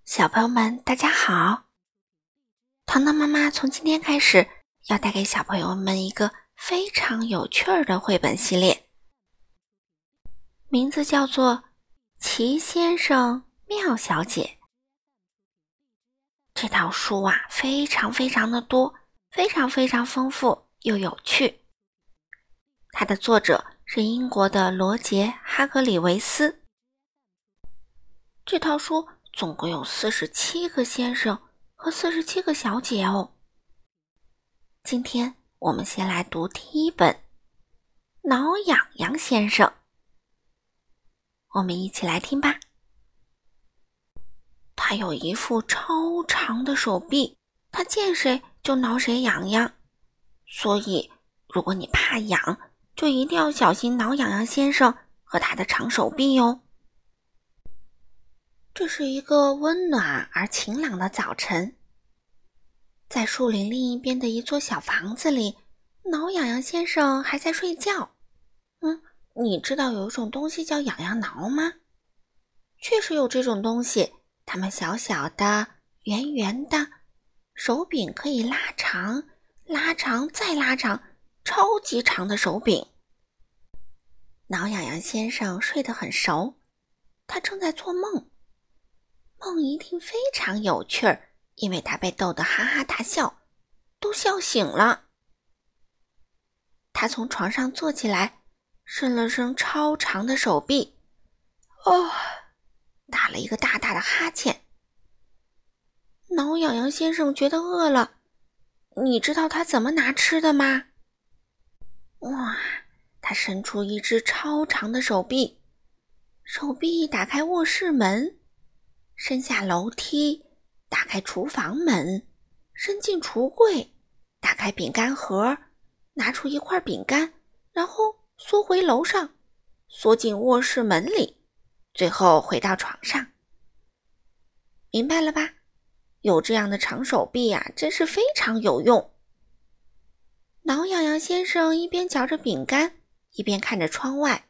小朋友们，大家好！糖糖妈妈从今天开始要带给小朋友们一个非常有趣的绘本系列，名字叫做《奇先生妙小姐》。这套书啊，非常的多，非常丰富又有趣。它的作者是英国的罗杰·哈格里维斯。这套书总共有47个先生和47个小姐哦。今天我们先来读第一本《挠痒痒先生》，我们一起来听吧。他有一副超长的手臂，他见谁就挠谁痒痒，所以如果你怕痒，就一定要小心挠痒痒先生和他的长手臂哦。这是一个温暖而晴朗的早晨，在树林另一边的一座小房子里，挠痒痒先生还在睡觉。你知道有一种东西叫痒痒挠吗？确实有这种东西，它们小小的、圆圆的，手柄可以拉长、拉长再拉长，超级长的手柄。挠痒痒先生睡得很熟，他正在做梦，梦一定非常有趣儿，因为他被逗得哈哈大笑，都笑醒了。他从床上坐起来，伸了伸超长的手臂，打了一个大大的哈欠。挠痒痒先生觉得饿了，你知道他怎么拿吃的吗？他伸出一只超长的手臂，手臂打开卧室门，伸下楼梯，打开厨房门，伸进橱柜，打开饼干盒，拿出一块饼干，然后缩回楼上，缩进卧室门里，最后回到床上。明白了吧？有这样的长手臂啊，真是非常有用。挠痒痒先生一边嚼着饼干，一边看着窗外。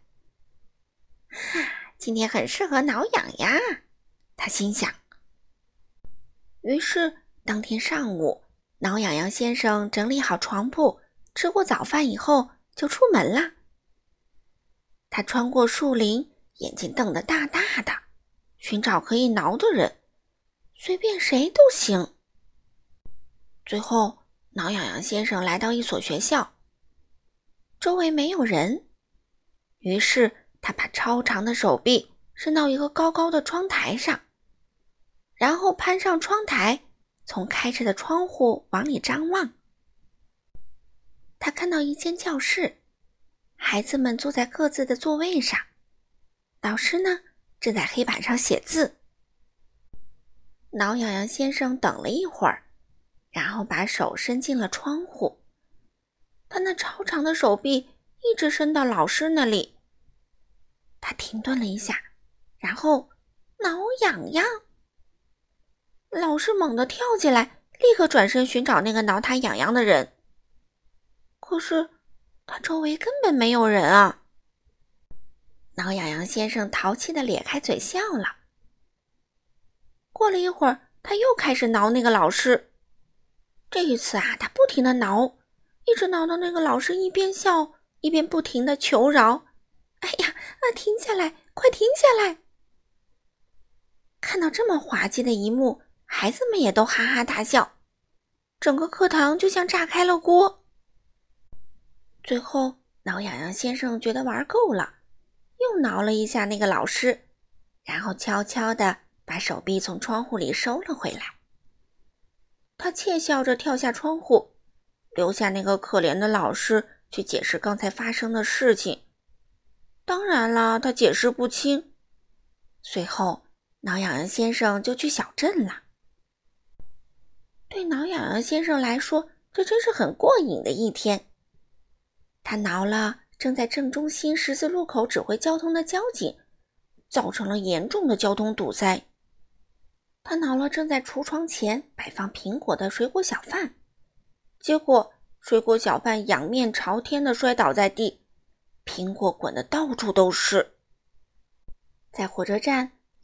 今天很适合挠痒痒，他心想。于是当天上午，挠痒痒先生整理好床铺，吃过早饭以后就出门啦。他穿过树林，眼睛瞪得大大的，寻找可以挠的人，随便谁都行。最后挠痒痒先生来到一所学校，周围没有人，于是他把超长的手臂伸到一个高高的窗台上，然后攀上窗台，从开着的窗户往里张望。他看到一间教室，孩子们坐在各自的座位上，老师呢，正在黑板上写字。挠痒痒先生等了一会儿，然后把手伸进了窗户，他那超长的手臂一直伸到老师那里。他停顿了一下，然后挠痒痒。老师猛地跳起来，立刻转身寻找那个挠他痒痒的人。可是他周围根本没有人啊。挠痒痒先生淘气地咧开嘴笑了。过了一会儿，他又开始挠那个老师。这一次啊，他不停地挠，一直挠到那个老师一边笑一边不停地求饶。停下来，快停下来！看到这么滑稽的一幕，孩子们也都哈哈大笑，整个课堂就像炸开了锅。最后挠痒痒先生觉得玩够了，又挠了一下那个老师，然后悄悄地把手臂从窗户里收了回来。他窃笑着跳下窗户，留下那个可怜的老师去解释刚才发生的事情。当然了，他解释不清。随后挠痒痒先生就去小镇了。对挠痒痒先生来说，这真是很过瘾的一天。他挠了正在正中心十字路口指挥交通的交警，造成了严重的交通堵塞。他挠了正在橱窗前摆放苹果的水果小贩，结果水果小贩仰面朝天地摔倒在地，苹果滚得到处都是。在火车站，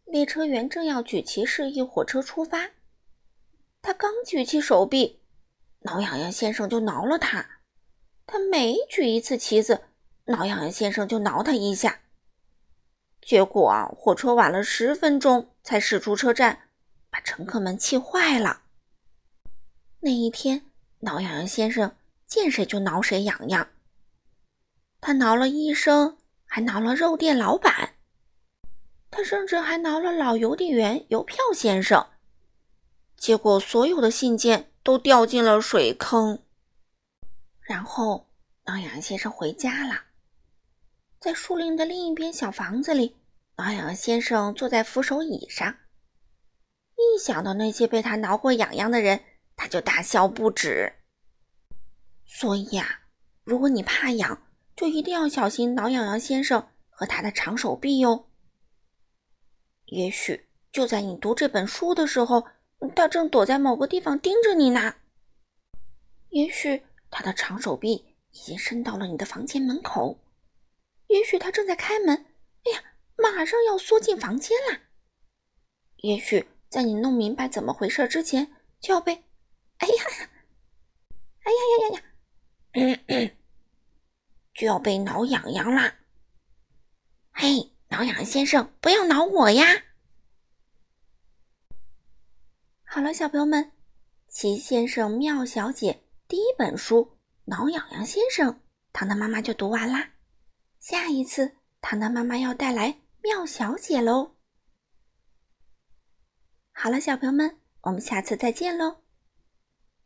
列车员正要举旗示意火车出发，他刚举起手臂，挠痒痒先生就挠了他。他每举一次旗子，挠痒痒先生就挠他一下。结果火车晚了10分钟才驶出车站，把乘客们气坏了。那一天，挠痒痒先生见谁就挠谁痒痒。他挠了医生，还挠了肉店老板，他甚至还挠了老邮递员邮票先生。结果所有的信件都掉进了水坑。然后挠痒痒先生回家了。在树林的另一边小房子里，挠痒痒先生坐在扶手椅上。一想到那些被他挠过痒痒的人，他就大笑不止。所以如果你怕痒，就一定要小心挠痒痒先生和他的长手臂哟。也许就在你读这本书的时候，他正躲在某个地方盯着你呢。也许他的长手臂已经伸到了你的房间门口。也许他正在开门，马上要缩进房间啦。也许在你弄明白怎么回事之前，就要被就要被挠痒痒啦。嘿，挠痒痒先生，不要挠我呀。好了，小朋友们，奇先生妙小姐第1本书《挠痒痒先生》，糖糖妈妈就读完啦。下一次糖糖妈妈要带来妙小姐喽。好了，小朋友们，我们下次再见喽。